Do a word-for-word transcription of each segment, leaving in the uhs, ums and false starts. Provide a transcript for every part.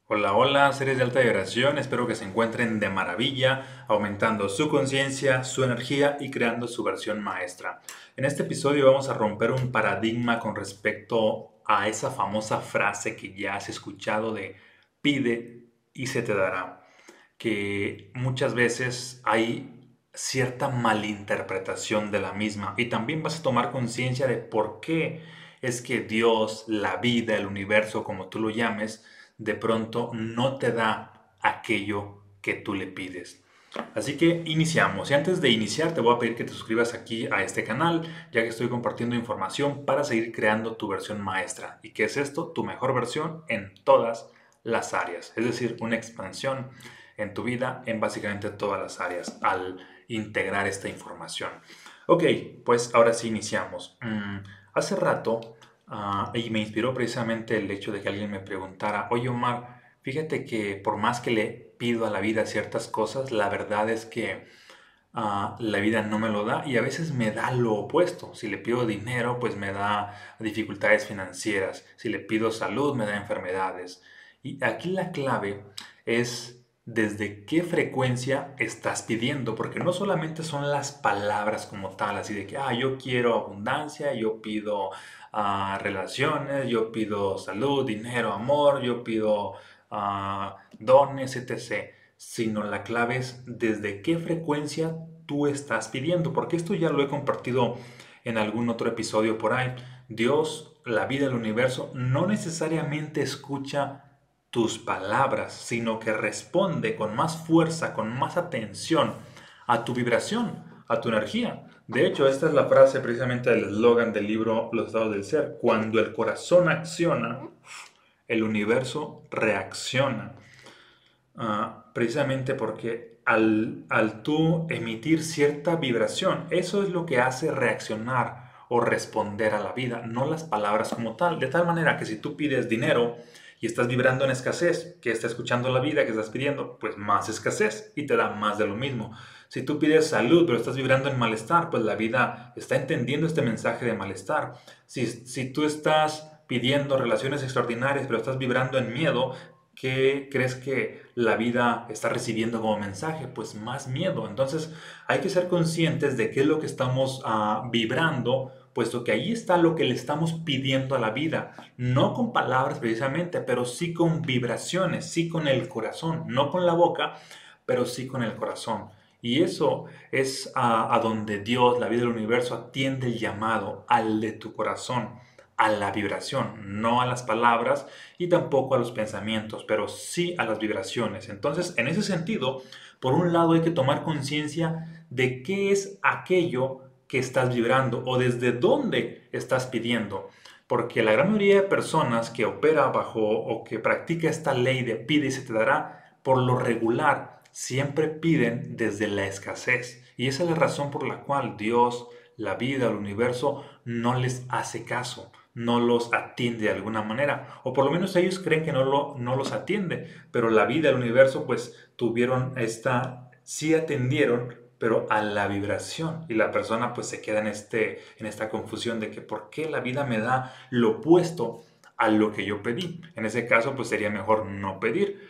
Hola, hola, seres de alta vibración, espero que se encuentren de maravilla, aumentando su conciencia, su energía y creando su versión maestra. En este episodio vamos a romper un paradigma con respecto a esa famosa frase que ya has escuchado de pide y se te dará, que muchas veces hay cierta malinterpretación de la misma y también vas a tomar conciencia de por qué es que Dios, la vida, el universo, como tú lo llames, de pronto no te da aquello que tú le pides. Así que iniciamos. Y antes de iniciar, te voy a pedir que te suscribas aquí a este canal, ya que estoy compartiendo información para seguir creando tu versión maestra. ¿Y qué es esto? Tu mejor versión en todas las áreas. Es decir, una expansión en tu vida en básicamente todas las áreas al integrar esta información. Ok, pues ahora sí iniciamos. Mm, hace rato, uh, y me inspiró precisamente el hecho de que alguien me preguntara, oye Omar, fíjate que por más que le pido a la vida ciertas cosas, la verdad es que uh, la vida no me lo da y a veces me da lo opuesto. Si le pido dinero, pues me da dificultades financieras. Si le pido salud, me da enfermedades. Y aquí la clave es desde qué frecuencia estás pidiendo, porque no solamente son las palabras como tal, así de que, ah, yo quiero abundancia, yo pido uh, relaciones, yo pido salud, dinero, amor, yo pido uh, dones, etcétera, sino la clave es desde qué frecuencia tú estás pidiendo, porque esto ya lo he compartido en algún otro episodio por ahí. Dios, la vida, el universo, no necesariamente escucha tus palabras, sino que responde con más fuerza, con más atención a tu vibración, a tu energía. De hecho, esta es la frase precisamente del eslogan del libro Los estados del ser. Cuando el corazón acciona, el universo reacciona. Uh, precisamente porque al, al tú emitir cierta vibración, eso es lo que hace reaccionar o responder a la vida, no las palabras como tal. De tal manera que si tú pides dinero y estás vibrando en escasez, que está escuchando la vida que estás pidiendo, pues más escasez y te da más de lo mismo. Si tú pides salud pero estás vibrando en malestar, pues la vida está entendiendo este mensaje de malestar. Si, si tú estás pidiendo relaciones extraordinarias pero estás vibrando en miedo, ¿qué crees que la vida está recibiendo como mensaje? Pues más miedo. Entonces hay que ser conscientes de qué es lo que estamos uh, vibrando, puesto que ahí está lo que le estamos pidiendo a la vida. No con palabras precisamente, pero sí con vibraciones, sí con el corazón. No con la boca, pero sí con el corazón. Y eso es uh, a donde Dios, la vida del universo, atiende el llamado al de tu corazón, a la vibración, no a las palabras y tampoco a los pensamientos, pero sí a las vibraciones. Entonces, en ese sentido, por un lado hay que tomar conciencia de qué es aquello que estás vibrando o desde dónde estás pidiendo. Porque la gran mayoría de personas que opera bajo o que practica esta ley de pide y se te dará, por lo regular, siempre piden desde la escasez. Y esa es la razón por la cual Dios, la vida, el universo, no les hace caso, no los atiende de alguna manera, o por lo menos ellos creen que no, lo, no los atiende, pero la vida, el universo, pues tuvieron esta, sí atendieron, pero a la vibración, y la persona pues se queda en, este, en esta confusión de que por qué la vida me da lo opuesto a lo que yo pedí. En ese caso pues sería mejor no pedir.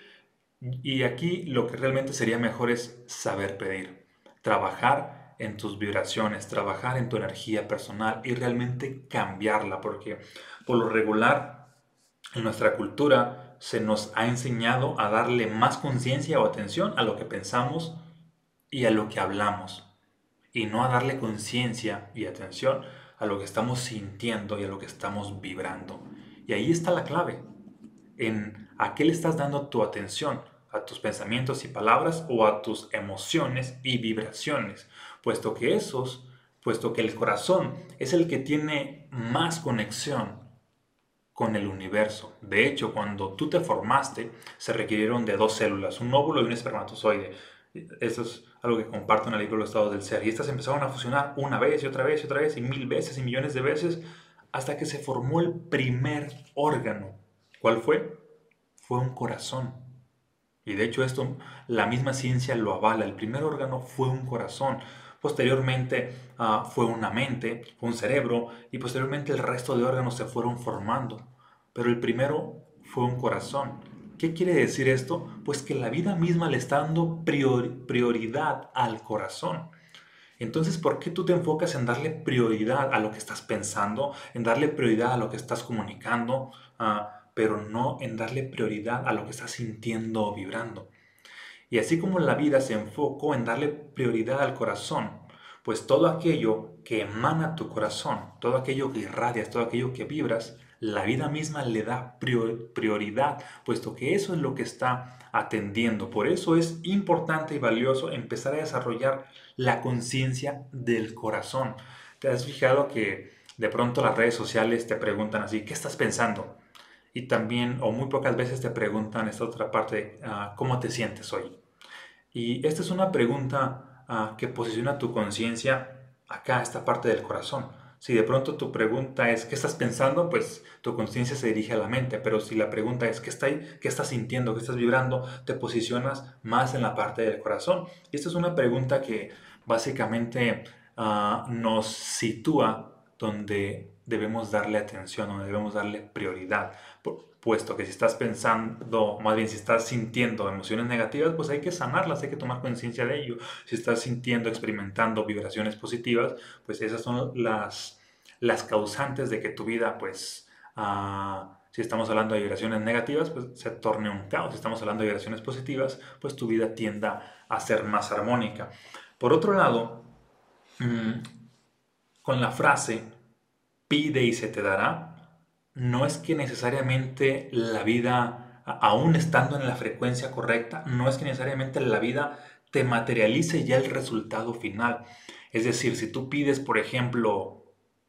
Y aquí lo que realmente sería mejor es saber pedir, trabajar en tus vibraciones, trabajar en tu energía personal y realmente cambiarla, porque por lo regular en nuestra cultura se nos ha enseñado a darle más conciencia o atención a lo que pensamos y a lo que hablamos, y no a darle conciencia y atención a lo que estamos sintiendo y a lo que estamos vibrando. Y ahí está la clave en a qué le estás dando tu atención, a tus pensamientos y palabras o a tus emociones y vibraciones, puesto que esos, puesto que el corazón es el que tiene más conexión con el universo. De hecho, cuando tú te formaste, se requirieron de dos células, un óvulo y un espermatozoide. Eso es algo que comparto en el libro Los estados del ser. Y estas empezaron a fusionar una vez y otra vez y otra vez y mil veces y millones de veces hasta que se formó el primer órgano. ¿Cuál fue? Fue un corazón. Y de hecho esto, la misma ciencia lo avala. El primer órgano fue un corazón. Posteriormente uh, fue una mente, fue un cerebro y posteriormente el resto de órganos se fueron formando. Pero el primero fue un corazón. ¿Qué quiere decir esto? Pues que la vida misma le está dando prior- prioridad al corazón. Entonces, ¿por qué tú te enfocas en darle prioridad a lo que estás pensando, en darle prioridad a lo que estás comunicando, ah, pero no en darle prioridad a lo que estás sintiendo o vibrando? Y así como la vida se enfocó en darle prioridad al corazón, pues todo aquello que emana tu corazón, todo aquello que irradias, todo aquello que vibras, la vida misma le da prior- prioridad, puesto que eso es lo que está atendiendo. Por eso es importante y valioso empezar a desarrollar la conciencia del corazón. ¿Te has fijado que de pronto las redes sociales te preguntan así, ¿qué estás pensando? Y también, o muy pocas veces te preguntan esta otra parte, ah, ¿cómo te sientes hoy? Y esta es una pregunta ah, que posiciona tu conciencia acá, esta parte del corazón. Si de pronto tu pregunta es ¿qué estás pensando? Pues tu conciencia se dirige a la mente, pero si la pregunta es ¿qué, está, ¿qué estás sintiendo? ¿Qué estás vibrando? Te posicionas más en la parte del corazón. Y esta es una pregunta que básicamente ah, nos sitúa donde debemos darle atención, donde debemos darle prioridad. Por- puesto que si estás pensando, más bien si estás sintiendo emociones negativas, pues hay que sanarlas, hay que tomar conciencia de ello. Si estás sintiendo, experimentando vibraciones positivas, pues esas son las, las causantes de que tu vida, pues, ah, si estamos hablando de vibraciones negativas, pues se torne un caos. Si estamos hablando de vibraciones positivas, pues tu vida tienda a ser más armónica. Por otro lado, mm, con la frase pide y se te dará, no es que necesariamente la vida, a- aún estando en la frecuencia correcta, no es que necesariamente la vida te materialice ya el resultado final. Es decir, si tú pides, por ejemplo,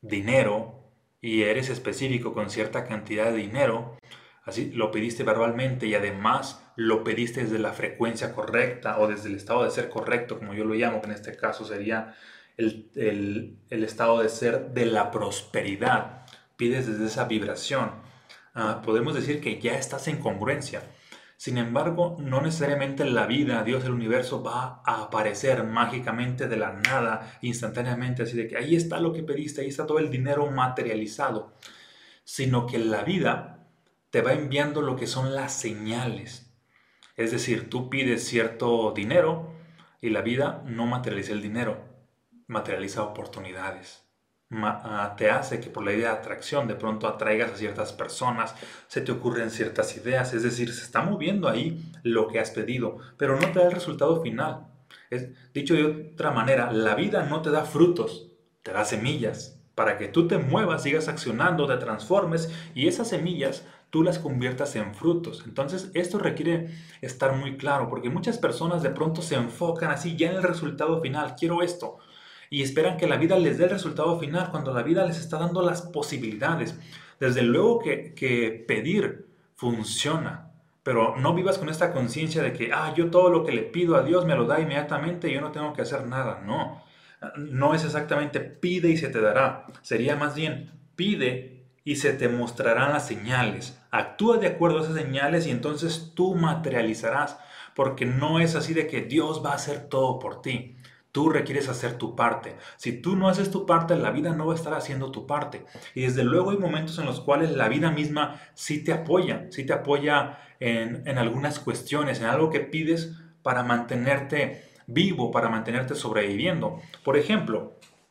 dinero y eres específico con cierta cantidad de dinero, así lo pediste verbalmente y además lo pediste desde la frecuencia correcta o desde el estado de ser correcto, como yo lo llamo, que en este caso sería el, el- el estado de ser de la prosperidad, pides desde esa vibración, ah, podemos decir que ya estás en congruencia. Sin embargo, no necesariamente la vida, Dios, el universo va a aparecer mágicamente de la nada, instantáneamente, así de que ahí está lo que pediste, ahí está todo el dinero materializado, sino que la vida te va enviando lo que son las señales. Es decir, tú pides cierto dinero y la vida no materializa el dinero, materializa oportunidades. Ma- ah, te hace que por la idea de atracción de pronto atraigas a ciertas personas, se te ocurren ciertas ideas, es decir, se está moviendo ahí lo que has pedido, pero no te da el resultado final. Es, dicho de otra manera, la vida no te da frutos, te da semillas para que tú te muevas, sigas accionando, te transformes y esas semillas tú las conviertas en frutos. Entonces, esto requiere estar muy claro, porque muchas personas de pronto se enfocan así ya en el resultado final, quiero esto, y esperan que la vida les dé el resultado final cuando la vida les está dando las posibilidades. Desde luego que, que pedir funciona, pero no vivas con esta conciencia de que, ah, yo todo lo que le pido a Dios me lo da inmediatamente y yo no tengo que hacer nada. No, no es exactamente pide y se te dará. Sería más bien pide y se te mostrarán las señales. Actúa de acuerdo a esas señales y entonces tú materializarás, porque no es así de que Dios va a hacer todo por ti. Tú requieres hacer tu parte. Si tú no haces tu parte, la vida no va a estar haciendo tu parte. Y desde luego hay momentos en los cuales la vida misma sí te apoya, sí te apoya en, en algunas cuestiones, en algo que pides para mantenerte vivo, para mantenerte sobreviviendo. Por ejemplo,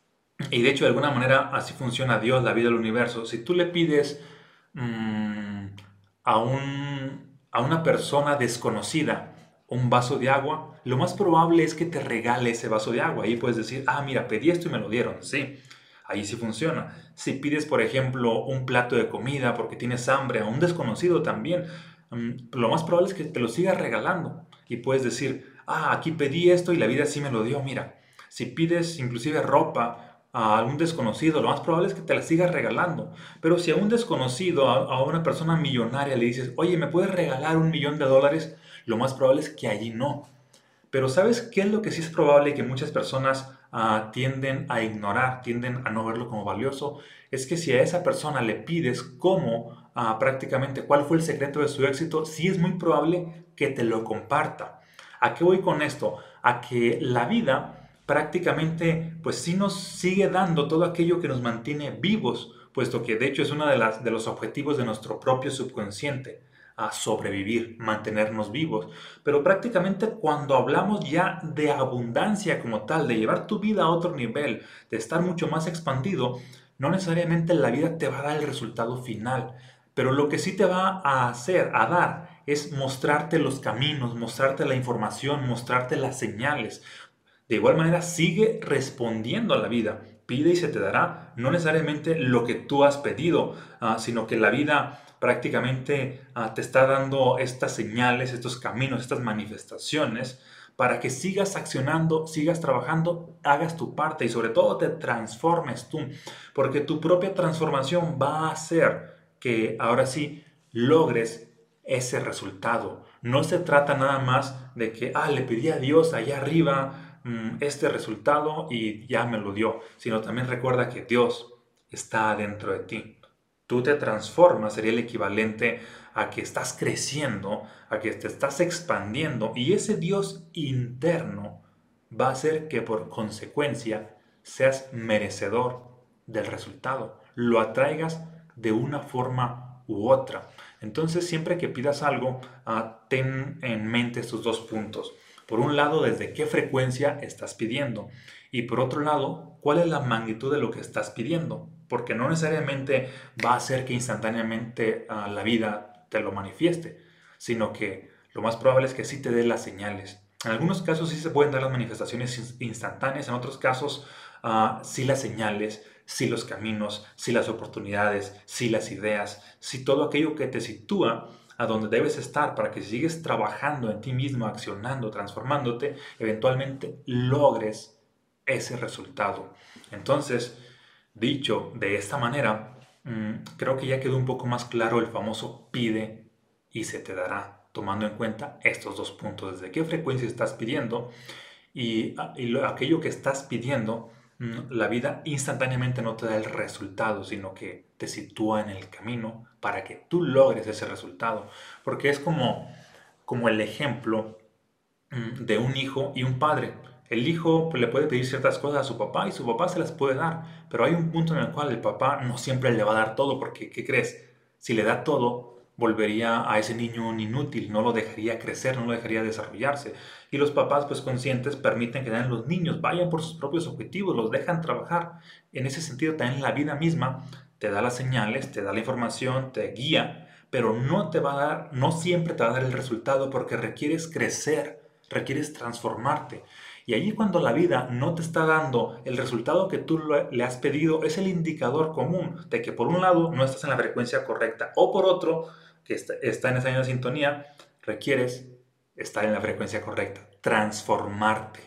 y de hecho de alguna manera así funciona Dios, la vida, el universo. Si tú le pides mmm, a, un, a una persona desconocida un vaso de agua, lo más probable es que te regale ese vaso de agua. Ahí puedes decir, ah, mira, pedí esto y me lo dieron. Sí, ahí sí funciona. Si pides, por ejemplo, un plato de comida porque tienes hambre a un desconocido también, mm, lo más probable es que te lo siga regalando. Y puedes decir, ah, aquí pedí esto y la vida sí me lo dio, mira. Si pides inclusive ropa a un desconocido, lo más probable es que te la sigas regalando. Pero si a un desconocido, a, a una persona millonaria le dices, oye, ¿me puedes regalar un millón de dólares? Lo más probable es que allí no. Pero ¿sabes qué es lo que sí es probable que muchas personas ah, tienden a ignorar, tienden a no verlo como valioso? Es que si a esa persona le pides cómo, ah, prácticamente cuál fue el secreto de su éxito, sí es muy probable que te lo comparta. ¿A qué voy con esto? A que la vida prácticamente pues sí nos sigue dando todo aquello que nos mantiene vivos, puesto que de hecho es uno de, las, de los objetivos de nuestro propio subconsciente, a sobrevivir, mantenernos vivos. Pero prácticamente cuando hablamos ya de abundancia como tal, de llevar tu vida a otro nivel, de estar mucho más expandido, no necesariamente la vida te va a dar el resultado final, pero lo que sí te va a hacer, a dar, es mostrarte los caminos, mostrarte la información, mostrarte las señales. De igual manera, sigue respondiendo a la vida. Pide y se te dará, no necesariamente lo que tú has pedido, uh, sino que la vida prácticamente uh, te está dando estas señales, estos caminos, estas manifestaciones para que sigas accionando, sigas trabajando, hagas tu parte y sobre todo te transformes tú, porque tu propia transformación va a hacer que ahora sí logres ese resultado. No se trata nada más de que, ah, le pedí a Dios allá arriba mmm, este resultado y ya me lo dio, sino también recuerda que Dios está dentro de ti. Tú te transformas, sería el equivalente a que estás creciendo, a que te estás expandiendo y ese Dios interno va a hacer que por consecuencia seas merecedor del resultado, lo atraigas de una forma u otra. Entonces siempre que pidas algo, uh, ten en mente estos dos puntos. Por un lado, desde qué frecuencia estás pidiendo y por otro lado, cuál es la magnitud de lo que estás pidiendo, porque no necesariamente va a hacer que instantáneamente uh, la vida te lo manifieste, sino que lo más probable es que sí te dé las señales. En algunos casos sí se pueden dar las manifestaciones instantáneas, en otros casos uh, sí las señales, sí los caminos, sí las oportunidades, sí las ideas, sí todo aquello que te sitúa a donde debes estar para que si sigues trabajando en ti mismo, accionando, transformándote, eventualmente logres ese resultado. Entonces, dicho de esta manera, mmm, creo que ya quedó un poco más claro el famoso pide y se te dará, tomando en cuenta estos dos puntos, desde qué frecuencia estás pidiendo y, y lo, aquello que estás pidiendo, mmm, la vida instantáneamente no te da el resultado, sino que te sitúa en el camino para que tú logres ese resultado. Porque es como, como el ejemplo mmm, de un hijo y un padre. El hijo pues, le puede pedir ciertas cosas a su papá y su papá se las puede dar, pero hay un punto en el cual el papá no siempre le va a dar todo, porque ¿qué crees? Si le da todo, volvería a ese niño un inútil, no lo dejaría crecer, no lo dejaría desarrollarse. Y los papás, pues conscientes, permiten que también los niños vayan por sus propios objetivos, los dejan trabajar. En ese sentido, también la vida misma te da las señales, te da la información, te guía, pero no te va a dar, no siempre te va a dar el resultado porque requieres crecer, requieres transformarte. Y allí cuando la vida no te está dando el resultado que tú le has pedido, es el indicador común de que por un lado no estás en la frecuencia correcta o por otro, que está, está en esa misma sintonía, requieres estar en la frecuencia correcta, transformarte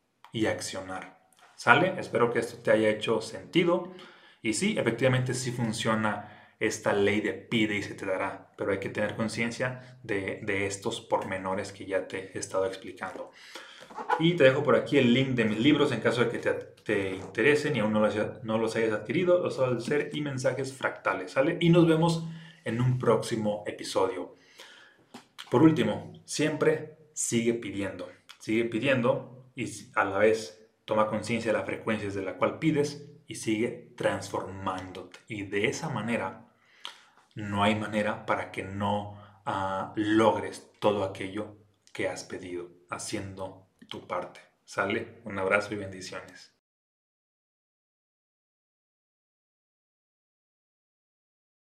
y accionar. ¿Sale? Espero que esto te haya hecho sentido. Y sí, efectivamente sí funciona esta ley de pide y se te dará, pero hay que tener conciencia de, de estos pormenores que ya te he estado explicando. Y te dejo por aquí el link de mis libros en caso de que te, te interesen y aún no los, no los hayas adquirido, Los Estados del Ser y Mensajes Fractales, ¿sale? Y nos vemos en un próximo episodio. Por último, siempre sigue pidiendo, sigue pidiendo y a la vez toma conciencia de las frecuencias de la cual pides y sigue transformándote. Y de esa manera, no hay manera para que no uh, logres todo aquello que has pedido, haciendo tu parte. ¿Sale? Un abrazo y bendiciones.